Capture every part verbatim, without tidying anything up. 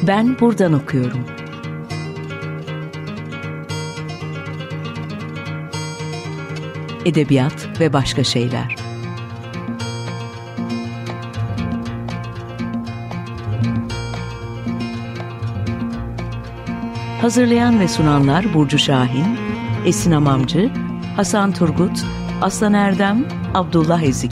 Ben buradan okuyorum. Edebiyat ve başka şeyler. Hazırlayan ve sunanlar Burcu Şahin, Esin Amamcı, Hasan Turgut, Aslan Erdem, Abdullah Ezik.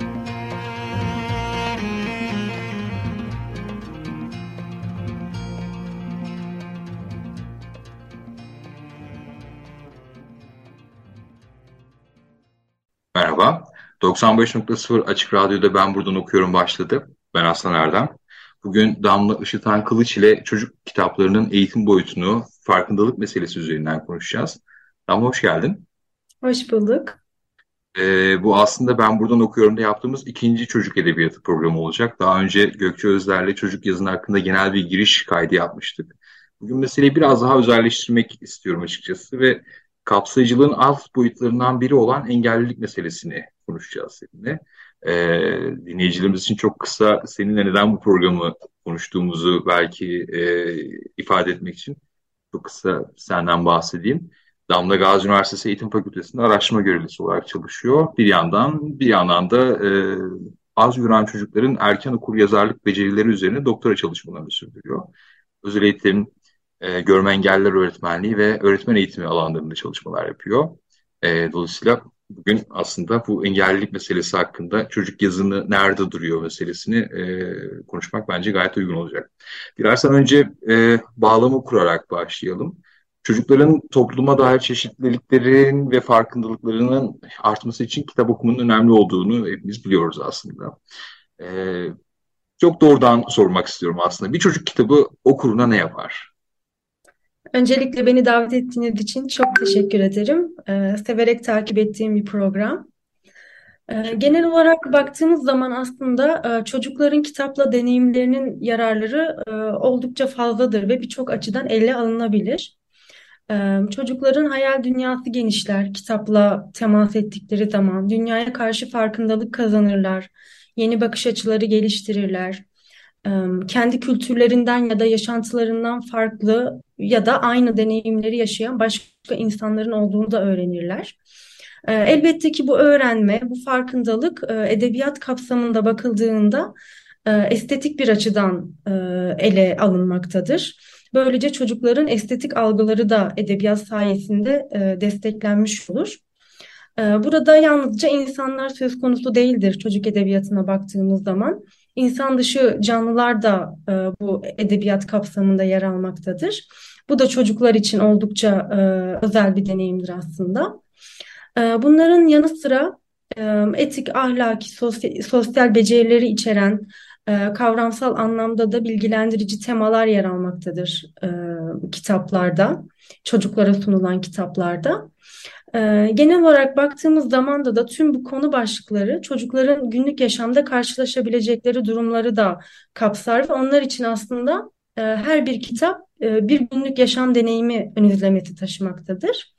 Merhaba, doksan beş nokta sıfır Açık Radyo'da Ben Buradan Okuyorum başladı. Ben Aslan Erdem. Bugün Damla Işıtan Kılıç ile çocuk kitaplarının eğitim boyutunu, farkındalık meselesi üzerinden konuşacağız. Damla hoş geldin. Hoş bulduk. Ee, bu aslında Ben Buradan Okuyorum'da yaptığımız ikinci çocuk edebiyatı programı olacak. Daha önce Gökçe Özler'le çocuk yazını hakkında genel bir giriş kaydı yapmıştık. Bugün meseleyi biraz daha özelleştirmek istiyorum açıkçası ve kapsayıcılığın alt boyutlarından biri olan engellilik meselesini konuşacağız seninle. Ee, dinleyicilerimiz için çok kısa seninle neden bu programı konuştuğumuzu belki e, ifade etmek için çok kısa senden bahsedeyim. Damla Gazi Üniversitesi Eğitim Fakültesi'nde araştırma görevlisi olarak çalışıyor. Bir yandan bir yandan da e, az gören çocukların erken okur yazarlık becerileri üzerine doktora çalışmalarını sürdürüyor. Özel eğitim, e, görme engelliler öğretmenliği ve öğretmen eğitimi alanlarında çalışmalar yapıyor. E, dolayısıyla bugün aslında bu engellilik meselesi hakkında çocuk yazını nerede duruyor meselesini e, konuşmak bence gayet uygun olacak. Dilersen önce e, bağlamı kurarak başlayalım. Çocukların topluma dair çeşitliliklerin ve farkındalıklarının artması için kitap okumanın önemli olduğunu hepimiz biliyoruz aslında. E, Çok doğrudan sormak istiyorum aslında. Bir çocuk kitabı okuruna ne yapar? Öncelikle beni davet ettiğiniz için çok teşekkür ederim. Ee, severek takip ettiğim bir program. Ee, genel olarak baktığımız zaman aslında e, çocukların kitapla deneyimlerinin yararları e, oldukça fazladır ve birçok açıdan ele alınabilir. Ee, çocukların hayal dünyası genişler, kitapla temas ettikleri zaman dünyaya karşı farkındalık kazanırlar, yeni bakış açıları geliştirirler. Kendi kültürlerinden ya da yaşantılarından farklı ya da aynı deneyimleri yaşayan başka insanların olduğunu da öğrenirler. Elbette ki bu öğrenme, bu farkındalık edebiyat kapsamında bakıldığında estetik bir açıdan ele alınmaktadır. Böylece çocukların estetik algıları da edebiyat sayesinde desteklenmiş olur. Burada yalnızca insanlar söz konusu değildir çocuk edebiyatına baktığımız zaman. İnsan dışı canlılar da e, bu edebiyat kapsamında yer almaktadır. Bu da çocuklar için oldukça e, özel bir deneyimdir aslında. E, bunların yanı sıra e, etik, ahlaki, sosyal, sosyal becerileri içeren e, kavramsal anlamda da bilgilendirici temalar yer almaktadır e, kitaplarda, çocuklara sunulan kitaplarda. Ee, genel olarak baktığımız zamanda da tüm bu konu başlıkları çocukların günlük yaşamda karşılaşabilecekleri durumları da kapsar ve onlar için aslında e, her bir kitap e, bir günlük yaşam deneyimi ön izlemesi taşımaktadır.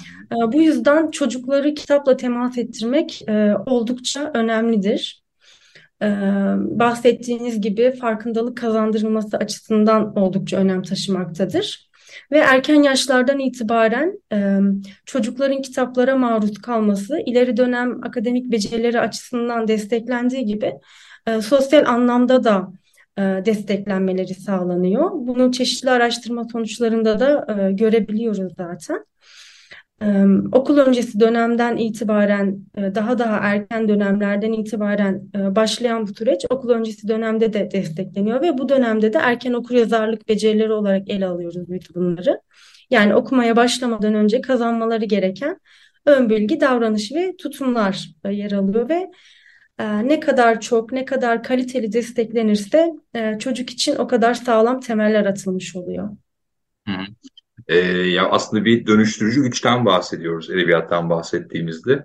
E, bu yüzden çocukları kitapla temas ettirmek e, oldukça önemlidir. E, bahsettiğiniz gibi farkındalık kazandırılması açısından oldukça önem taşımaktadır. Ve erken yaşlardan itibaren e, çocukların kitaplara maruz kalması ileri dönem akademik becerileri açısından desteklendiği gibi e, sosyal anlamda da e, desteklenmeleri sağlanıyor. Bunu çeşitli araştırma sonuçlarında da e, görebiliyoruz zaten. Ee, okul öncesi dönemden itibaren e, daha daha erken dönemlerden itibaren e, başlayan bu süreç okul öncesi dönemde de destekleniyor ve bu dönemde de erken okuryazarlık becerileri olarak ele alıyoruz biz bunları. Yani okumaya başlamadan önce kazanmaları gereken ön bilgi, davranış ve tutumlar e, yer alıyor ve e, ne kadar çok, ne kadar kaliteli desteklenirse e, çocuk için o kadar sağlam temeller atılmış oluyor. Hı hı. Ee, ya aslında bir dönüştürücü güçten bahsediyoruz edebiyattan bahsettiğimizde.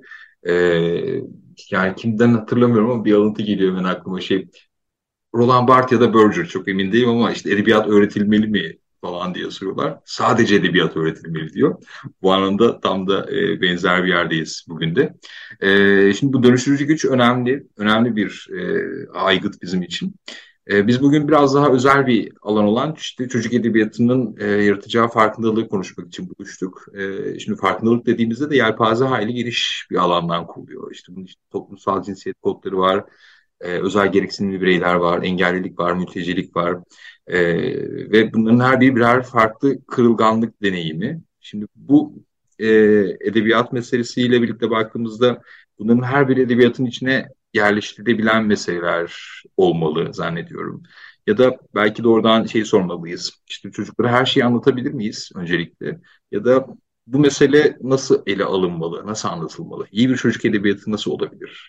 Ee, Yani kimden hatırlamıyorum ama bir alıntı geliyor hemen aklıma şey. Roland Barthes ya da Berger çok emin değilim ama işte edebiyat öğretilmeli mi falan diye soruyorlar. Sadece edebiyat öğretilmeli diyor. Bu anlamda tam da e, benzer bir yerdeyiz bugün de. E, şimdi bu dönüştürücü güç önemli, önemli bir e, aygıt bizim için. Ee, biz bugün biraz daha özel bir alan olan işte çocuk edebiyatının e, yaratacağı farkındalığı konuşmak için buluştuk. Ee, şimdi farkındalık dediğimizde de yelpaze hayli geniş bir alandan kuruluyor. İşte bunun işte toplumsal cinsiyet kodları var, e, özel gereksinimli bireyler var, engellilik var, mültecilik var. E, Ve bunların her biri birer farklı kırılganlık deneyimi. Şimdi bu e, edebiyat meselesiyle birlikte baktığımızda bunların her biri edebiyatın içine yerleştirilebilen meseleler olmalı zannediyorum. Ya da belki de oradan şeyi sormalıyız. İşte çocuklara her şeyi anlatabilir miyiz öncelikle? Ya da bu mesele nasıl ele alınmalı, nasıl anlatılmalı? İyi bir çocuk edebiyatı nasıl olabilir?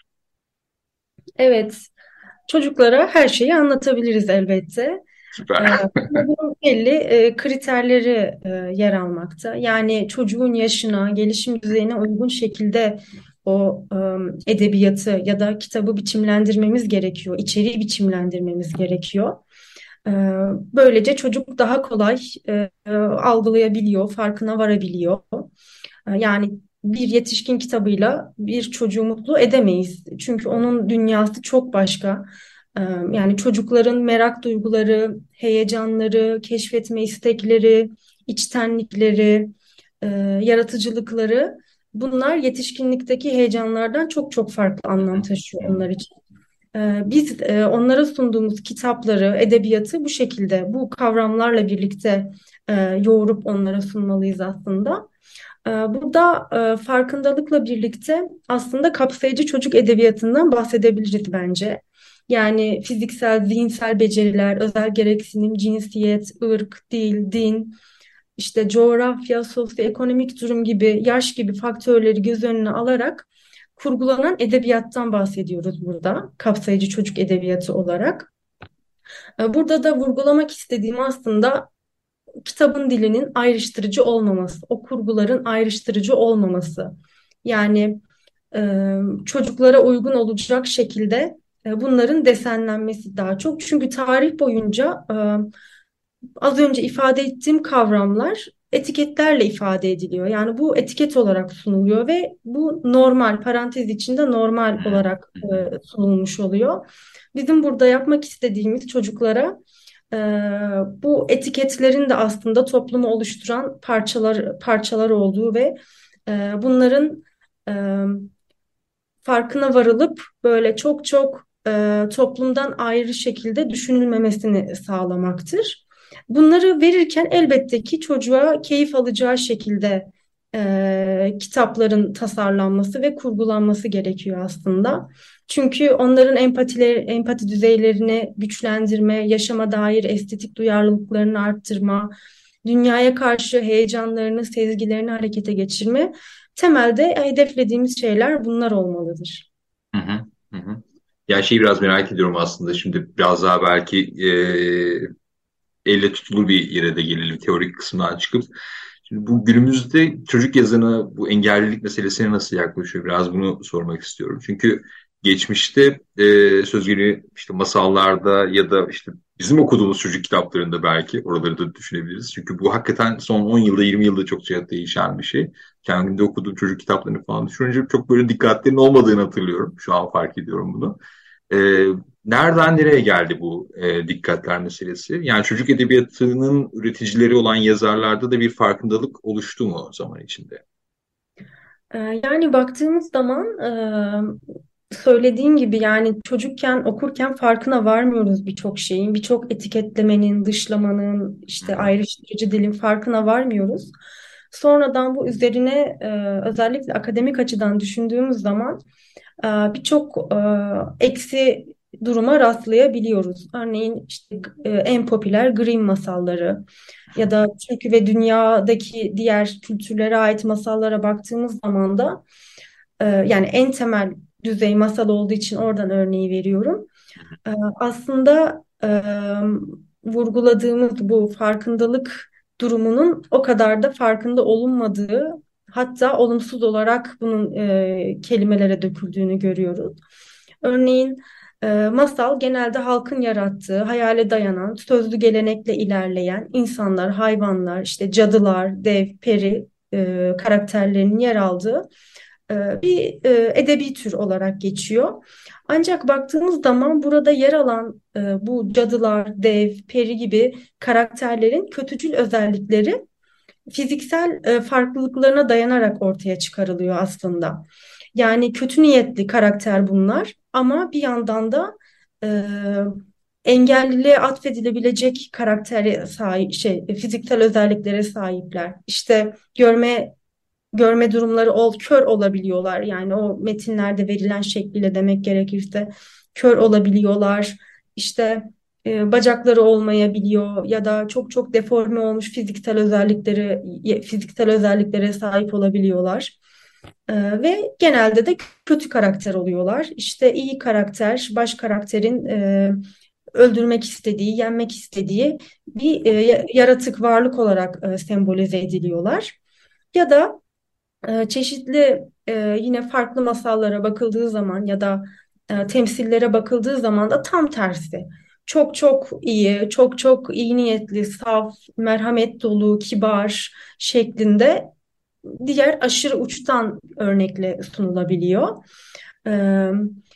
Evet, çocuklara her şeyi anlatabiliriz elbette. Ee, Süper. Bunun belli e, kriterleri e, yer almakta. Yani çocuğun yaşına, gelişim düzeyine uygun şekilde o e, edebiyatı ya da kitabı biçimlendirmemiz gerekiyor, içeriği biçimlendirmemiz gerekiyor. Ee, Böylece çocuk daha kolay e, e, algılayabiliyor, farkına varabiliyor. Ee, Yani bir yetişkin kitabıyla bir çocuğu mutlu edemeyiz. Çünkü onun dünyası çok başka. Ee, Yani çocukların merak duyguları, heyecanları, keşfetme istekleri, içtenlikleri, e, yaratıcılıkları bunlar yetişkinlikteki heyecanlardan çok çok farklı anlam taşıyor onlar için. Ee, Biz e, onlara sunduğumuz kitapları, edebiyatı bu şekilde, bu kavramlarla birlikte e, yoğurup onlara sunmalıyız aslında. Ee, Burada e, farkındalıkla birlikte aslında kapsayıcı çocuk edebiyatından bahsedebiliriz bence. Yani fiziksel, zihinsel beceriler, özel gereksinim, cinsiyet, ırk, dil, din, işte coğrafya, sosyoekonomik durum gibi, yaş gibi faktörleri göz önüne alarak kurgulanan edebiyattan bahsediyoruz burada, kapsayıcı çocuk edebiyatı olarak. E, Burada da vurgulamak istediğim aslında kitabın dilinin ayrıştırıcı olmaması, o kurguların ayrıştırıcı olmaması. Yani e, çocuklara uygun olacak şekilde e, bunların desenlenmesi daha çok. Çünkü tarih boyunca e, az önce ifade ettiğim kavramlar etiketlerle ifade ediliyor. Yani bu etiket olarak sunuluyor ve bu normal, parantez içinde normal olarak e, sunulmuş oluyor. Bizim burada yapmak istediğimiz çocuklara e, bu etiketlerin de aslında toplumu oluşturan parçalar parçalar olduğu ve e, bunların e, farkına varılıp böyle çok çok e, toplumdan ayrı şekilde düşünülmemesini sağlamaktır. Bunları verirken elbette ki çocuğa keyif alacağı şekilde e, kitapların tasarlanması ve kurgulanması gerekiyor aslında. Çünkü onların empatileri, empati düzeylerini güçlendirme, yaşama dair estetik duyarlılıklarını arttırma, dünyaya karşı heyecanlarını, sezgilerini harekete geçirme, temelde hedeflediğimiz şeyler bunlar olmalıdır. Hı hı, hı hı. Ya şeyi biraz merak ediyorum aslında. Şimdi biraz daha belki e, elle tutulur bir yere de gelelim teorik kısmından çıkıp. Şimdi bu günümüzde çocuk yazına bu engellilik meselesine nasıl yaklaşıyor? Biraz bunu sormak istiyorum. Çünkü geçmişte e, söz gelimi işte masallarda ya da işte bizim okuduğumuz çocuk kitaplarında belki oraları da düşünebiliriz. Çünkü bu hakikaten son on yılda yirmi yılda çok değişen bir şey. Kendimde okuduğum çocuk kitaplarını falan düşününce çok böyle dikkatlerin olmadığını hatırlıyorum. Şu an fark ediyorum bunu. E, Nereden nereye geldi bu e, dikkatler meselesi? Yani çocuk edebiyatının üreticileri olan yazarlarda da bir farkındalık oluştu mu zaman içinde? Ee, Yani baktığımız zaman e, söylediğin gibi yani çocukken okurken farkına varmıyoruz birçok şeyin, birçok etiketlemenin, dışlamanın, Hı işte hı, ayrıştırıcı dilin farkına varmıyoruz. Sonradan bu üzerine e, özellikle akademik açıdan düşündüğümüz zaman e, birçok e, eksi duruma rastlayabiliyoruz. Örneğin işte e, en popüler Grimm masalları ya da Türk ve dünyadaki diğer kültürlere ait masallara baktığımız zaman da e, yani en temel düzey masal olduğu için oradan örneği veriyorum. E, Aslında e, vurguladığımız bu farkındalık durumunun o kadar da farkında olunmadığı, hatta olumsuz olarak bunun e, kelimelere döküldüğünü görüyoruz. Örneğin e, masal genelde halkın yarattığı, hayale dayanan, sözlü gelenekle ilerleyen insanlar, hayvanlar, işte cadılar, dev, peri e, karakterlerinin yer aldığı e, bir e, edebi tür olarak geçiyor. Ancak baktığımız zaman burada yer alan e, bu cadılar, dev, peri gibi karakterlerin kötücül özellikleri fiziksel e, farklılıklarına dayanarak ortaya çıkarılıyor aslında. Yani kötü niyetli karakter bunlar ama bir yandan da e, engelliliğe atfedilebilecek karaktere sahip şey fiziksel özelliklere sahipler. İşte görme görme durumları ol, kör olabiliyorlar. Yani o metinlerde verilen şekliyle demek gerekirse kör olabiliyorlar. İşte e, bacakları olmayabiliyor ya da çok çok deforme olmuş fiziksel özellikleri fiziksel özelliklere sahip olabiliyorlar. E, ve genelde de kötü karakter oluyorlar. İşte iyi karakter, baş karakterin e, öldürmek istediği, yenmek istediği bir e, yaratık varlık olarak e, sembolize ediliyorlar. Ya da e, çeşitli e, yine farklı masallara bakıldığı zaman ya da e, temsillere bakıldığı zaman da tam tersi. Çok çok iyi, çok çok iyi niyetli, saf, merhamet dolu, kibar şeklinde diğer aşırı uçtan örnekle sunulabiliyor. Ee,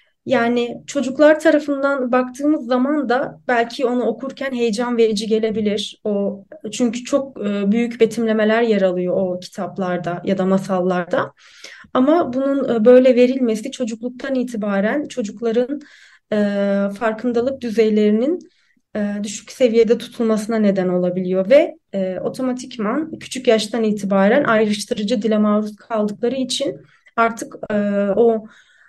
Yani çocuklar tarafından baktığımız zaman da belki onu okurken heyecan verici gelebilir. O çünkü çok e, büyük betimlemeler yer alıyor o kitaplarda ya da masallarda. Ama bunun e, böyle verilmesi çocukluktan itibaren çocukların e, farkındalık düzeylerinin e, düşük seviyede tutulmasına neden olabiliyor ve e, otomatikman küçük yaştan itibaren ayrıştırıcı dile maruz kaldıkları için artık e, o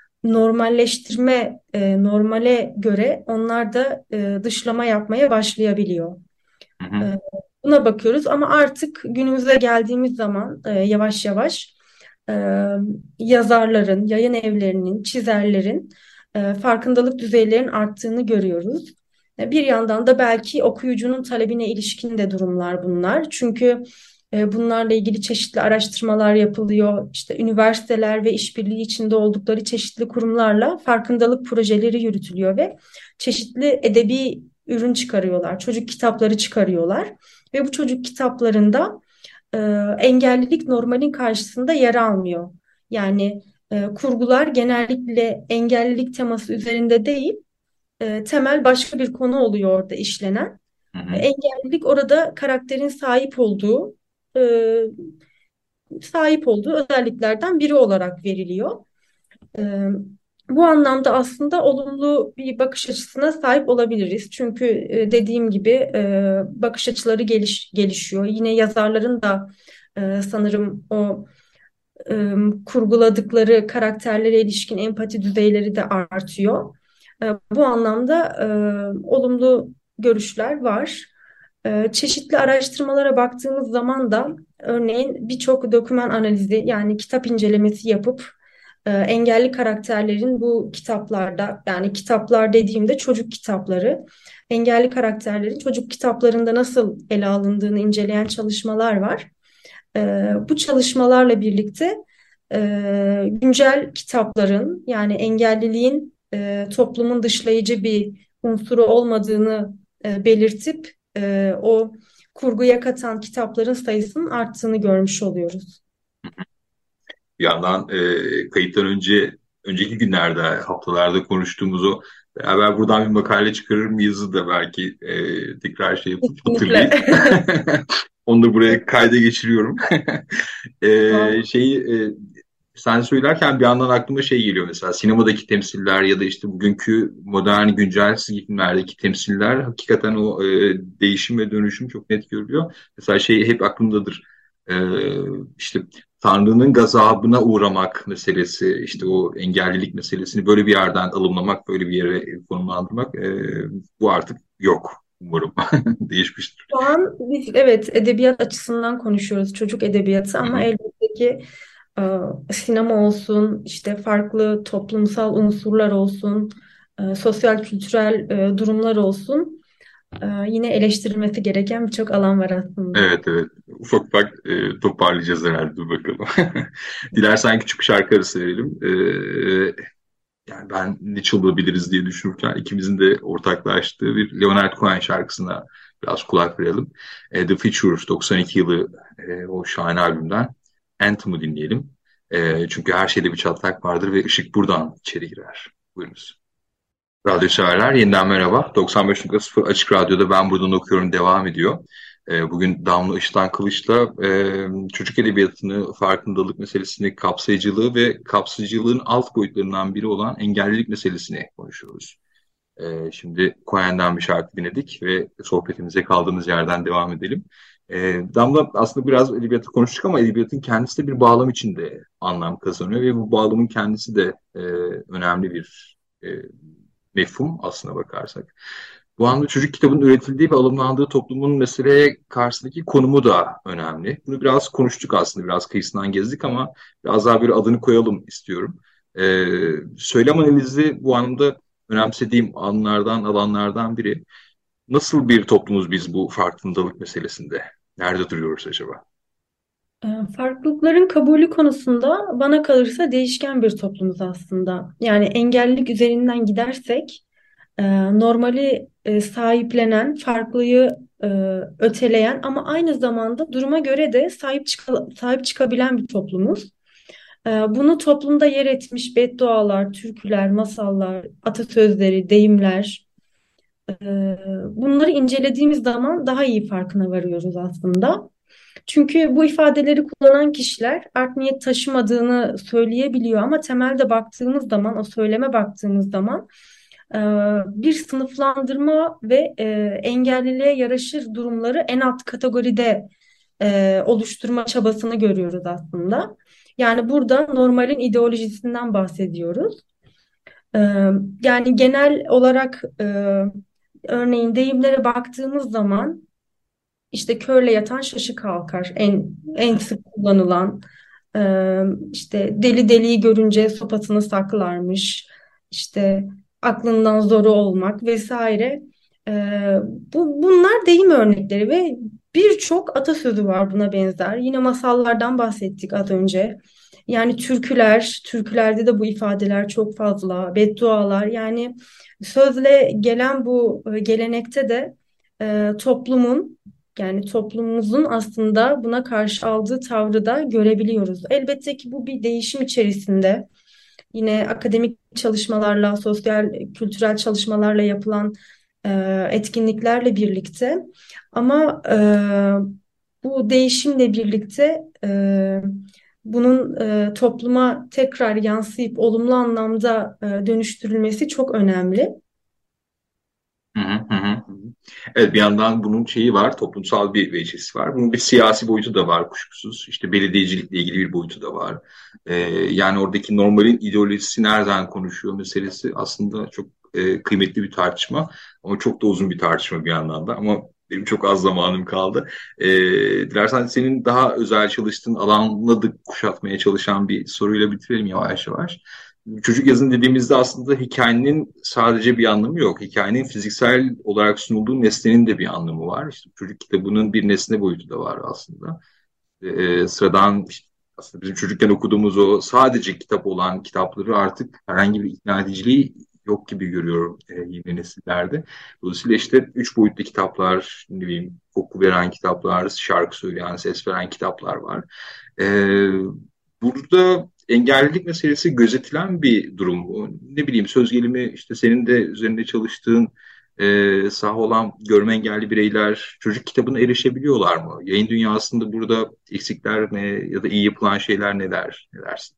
normalleştirme e, normale göre onlar da e, dışlama yapmaya başlayabiliyor. Hı E, hı. Buna bakıyoruz ama artık günümüze geldiğimiz zaman e, yavaş yavaş e, yazarların, yayın evlerinin, çizerlerin e, farkındalık düzeylerinin arttığını görüyoruz. E, Bir yandan da belki okuyucunun talebine ilişkin de durumlar bunlar. Çünkü e, bunlarla ilgili çeşitli araştırmalar yapılıyor. İşte üniversiteler ve işbirliği içinde oldukları çeşitli kurumlarla farkındalık projeleri yürütülüyor ve çeşitli edebi ürün çıkarıyorlar, çocuk kitapları çıkarıyorlar ve bu çocuk kitaplarında e, engellilik normalin karşısında yer almıyor. Yani e, kurgular genellikle engellilik teması üzerinde değil, e, temel başka bir konu oluyor orada işlenen. Hı E, hı. engellilik orada karakterin sahip olduğu e, sahip olduğu özelliklerden biri olarak veriliyor. Ee, Bu anlamda aslında olumlu bir bakış açısına sahip olabiliriz. Çünkü e, dediğim gibi e, bakış açıları geliş, gelişiyor. Yine yazarların da e, sanırım o e, kurguladıkları karakterlere ilişkin empati düzeyleri de artıyor. E, bu anlamda e, olumlu görüşler var. E, çeşitli araştırmalara baktığımız zaman da örneğin birçok doküman analizi yani kitap incelemesi yapıp e, engelli karakterlerin bu kitaplarda yani kitaplar dediğimde çocuk kitapları engelli karakterlerin çocuk kitaplarında nasıl ele alındığını inceleyen çalışmalar var. E, bu çalışmalarla birlikte e, güncel kitapların yani engelliliğin e, toplumun dışlayıcı bir unsuru olmadığını e, belirtip e, o kurguya katan kitapların sayısının arttığını görmüş oluyoruz. Bir yandan e, kayıttan önce önceki günlerde, haftalarda konuştuğumuz o beraber buradan bir makale çıkarır mıyızı da belki e, tekrar şey yapıp Kesinlikle. hatırlayıp onu da buraya kayda geçiriyorum. E, Tamam. şeyi e, sen söylerken bir yandan aklıma şey geliyor mesela sinemadaki temsiller ya da işte bugünkü modern güncel çizgi filmlerdeki temsiller hakikaten o e, değişim ve dönüşüm çok net görülüyor. Mesela şey hep aklımdadır. E, işte Tanrı'nın gazabına uğramak meselesi, işte o engellilik meselesini böyle bir yerden alımlamak, böyle bir yere konumlandırmak e, bu artık yok umarım. Değişmiştir. Şu an biz evet edebiyat açısından konuşuyoruz çocuk edebiyatı Hı ama hı. elbette ki e, sinema olsun işte farklı toplumsal unsurlar olsun e, sosyal kültürel e, durumlar olsun e, yine eleştirilmesi gereken birçok alan var aslında. Evet, evet. Ufak ufak e, toparlayacağız herhalde. Dur bakalım. Dilersen küçük bir şarkı arası verelim. E, yani ben ne çalabiliriz diye düşünürken ikimizin de ortaklaştığı bir Leonard Cohen şarkısına biraz kulak verelim. E, The Future doksan iki yılı e, o şahane albümden Anthem'ı dinleyelim. E, çünkü her şeyde bir çatlak vardır ve ışık buradan içeri girer. Buyurunuz. Radyo severler, yeniden merhaba. doksan beş nokta sıfır Açık Radyo'da Ben Buradan Okuyorum devam ediyor. Ee, bugün Damla Işıtan Kılıç'la e, çocuk edebiyatını, farkındalık meselesini, kapsayıcılığı ve kapsayıcılığın alt boyutlarından biri olan engellilik meselesini konuşuyoruz. Ee, şimdi Cohen'den bir şarkı dinledik ve sohbetimize kaldığımız yerden devam edelim. Ee, Damla aslında biraz edebiyatı konuştuk ama edebiyatın kendisi de bir bağlam içinde anlam kazanıyor ve bu bağlamın kendisi de e, önemli bir e, mefhum aslına bakarsak. Bu anda çocuk kitabının üretildiği ve alımlandığı toplumun meseleye karşısındaki konumu da önemli. Bunu biraz konuştuk aslında, biraz kıyısından gezdik ama biraz daha bir adını koyalım istiyorum. Ee, söylem analizi bu anlamda önemsediğim alanlardan, alanlardan biri. Nasıl bir toplumuz biz bu farkındalık meselesinde? Nerede duruyoruz acaba? E, Farklılıkların kabulü konusunda bana kalırsa değişken bir toplumuz aslında. Yani engellilik üzerinden gidersek e, normali e, sahiplenen, farklıyı e, öteleyen ama aynı zamanda duruma göre de sahip çıka- sahip çıkabilen bir toplumuz. E, Bunu toplumda yer etmiş beddualar, türküler, masallar, atasözleri, deyimler, e, bunları incelediğimiz zaman daha iyi farkına varıyoruz aslında. Çünkü bu ifadeleri kullanan kişiler art niyet taşımadığını söyleyebiliyor ama temelde baktığımız zaman, o söyleme baktığımız zaman e, bir sınıflandırma ve e, engelliliğe yaraşır durumları en alt kategoride e, oluşturma çabasını görüyoruz aslında. Yani burada normalin ideolojisinden bahsediyoruz. E, Yani genel olarak e, örneğin deyimlere baktığımız zaman işte körle yatan şaşı kalkar. En en sık kullanılan e, işte deli deliyi görünce sopasını saklarmış. İşte aklından zoru olmak vesaire. E, bu bunlar deyim örnekleri ve birçok atasözü var buna benzer. Yine masallardan bahsettik az önce. Yani türküler, türkülerde de bu ifadeler çok fazla. Beddualar yani sözle gelen bu e, gelenekte de e, toplumun yani toplumumuzun aslında buna karşı aldığı tavrı da görebiliyoruz. Elbette ki bu bir değişim içerisinde. Yine akademik çalışmalarla, sosyal, kültürel çalışmalarla yapılan e, etkinliklerle birlikte. Ama e, bu değişimle birlikte e, bunun e, topluma tekrar yansıyıp olumlu anlamda e, dönüştürülmesi çok önemli. Hı hı hı hı. Evet, bir yandan bunun şeyi var, toplumsal bir vecihsi var. Bunun bir siyasi boyutu da var kuşkusuz. İşte belediyecilikle ilgili bir boyutu da var. Ee, yani oradaki normalin ideolojisi nereden konuşuyor meselesi aslında çok e, kıymetli bir tartışma. Ama çok da uzun bir tartışma bir yandan da. Ama benim çok az zamanım kaldı. Ee, dilersen senin daha özel çalıştığın alanla da kuşatmaya çalışan bir soruyla bitirelim yavaş yavaş. Çocuk yazın dediğimizde aslında hikayenin sadece bir anlamı yok. Hikayenin fiziksel olarak sunulduğu nesnenin de bir anlamı var. İşte çocuk kitabının bir nesne boyutu da var aslında. Ee, sıradan işte aslında bizim çocukken okuduğumuz o sadece kitap olan kitapları artık herhangi bir ikna ediciliği yok gibi görüyorum e, yeni nesillerde. Dolayısıyla işte üç boyutlu kitaplar, ne bileyim koku veren kitaplar, şarkı söyleyen, ses veren kitaplar var. Ee, burada engellilik meselesi gözetilen bir durum mu? Ne bileyim söz gelimi işte senin de üzerinde çalıştığın e, saha olan görme engelli bireyler çocuk kitabına erişebiliyorlar mı? Yayın dünyasında burada eksikler ne ya da iyi yapılan şeyler neler? Ne dersin?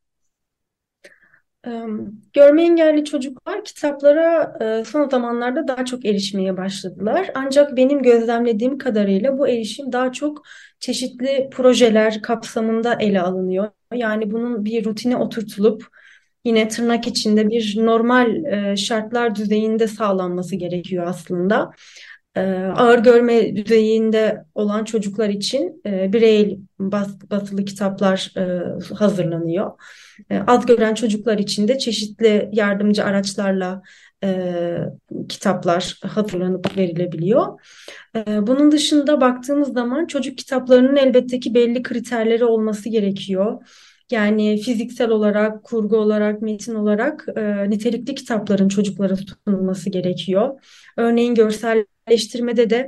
Ee, Görme engelli çocuklar kitaplara e, son zamanlarda daha çok erişmeye başladılar. Ancak benim gözlemlediğim kadarıyla bu erişim daha çok çeşitli projeler kapsamında ele alınıyor. Yani bunun bir rutine oturtulup yine tırnak içinde bir normal e, şartlar düzeyinde sağlanması gerekiyor aslında. Ee, Ağır görme düzeyinde olan çocuklar için e, birey bas- basılı kitaplar e, hazırlanıyor. E, Az gören çocuklar için de çeşitli yardımcı araçlarla e, kitaplar hazırlanıp verilebiliyor. E, bunun dışında baktığımız zaman çocuk kitaplarının elbette ki belli kriterleri olması gerekiyor. Yani fiziksel olarak, kurgu olarak, metin olarak e, nitelikli kitapların çocuklara sunulması gerekiyor. Örneğin görselleştirmede de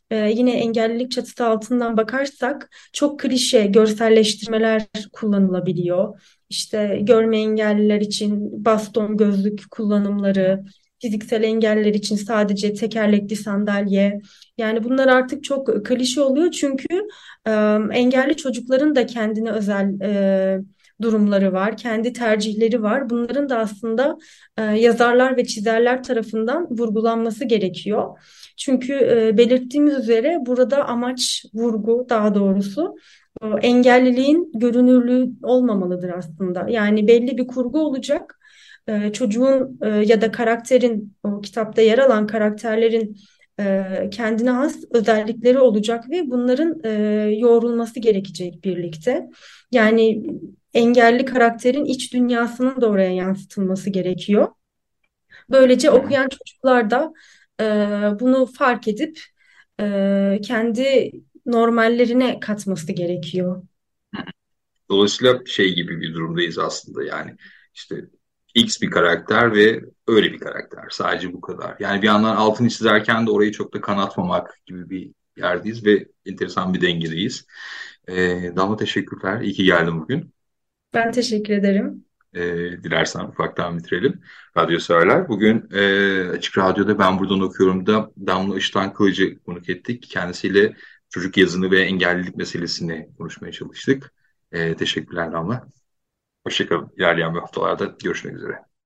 e, yine engellilik çatısı altından bakarsak çok klişe görselleştirmeler kullanılabiliyor. İşte görme engelliler için baston gözlük kullanımları, fiziksel engelliler için sadece tekerlekli sandalye. Yani bunlar artık çok klişe oluyor çünkü e, engelli çocukların da kendine özel e, durumları var, kendi tercihleri var. Bunların da aslında e, yazarlar ve çizerler tarafından vurgulanması gerekiyor. Çünkü e, belirttiğimiz üzere burada amaç, vurgu daha doğrusu e, engelliliğin görünürlüğü olmamalıdır aslında. Yani belli bir kurgu olacak. E, çocuğun e, ya da karakterin, o kitapta yer alan karakterlerin e, kendine has özellikleri olacak ve bunların e, yoğrulması gerekecek birlikte. Yani engelli karakterin iç dünyasının da oraya yansıtılması gerekiyor. Böylece Hı hı. okuyan çocuklar da e, bunu fark edip e, kendi normallerine katması gerekiyor. Dolayısıyla şey gibi bir durumdayız aslında, yani işte X bir karakter ve öyle bir karakter. Sadece bu kadar. Yani bir yandan altını çizerken de orayı çok da kanatmamak gibi bir yerdeyiz ve enteresan bir dengedeyiz. Ee, Damla, teşekkürler. İyi ki geldin bugün. Ben teşekkür ederim. Ee, Dilersen ufaktan bitirelim. Radyo Severler. Bugün e, Açık Radyo'da Ben Buradan Okuyorum da Damla Işıtan Kılıcı konuk ettik. Kendisiyle çocuk yazını ve engellilik meselesini konuşmaya çalıştık. Ee, teşekkürler Damla. Hoşçakalın. İlerleyen haftalarda görüşmek üzere.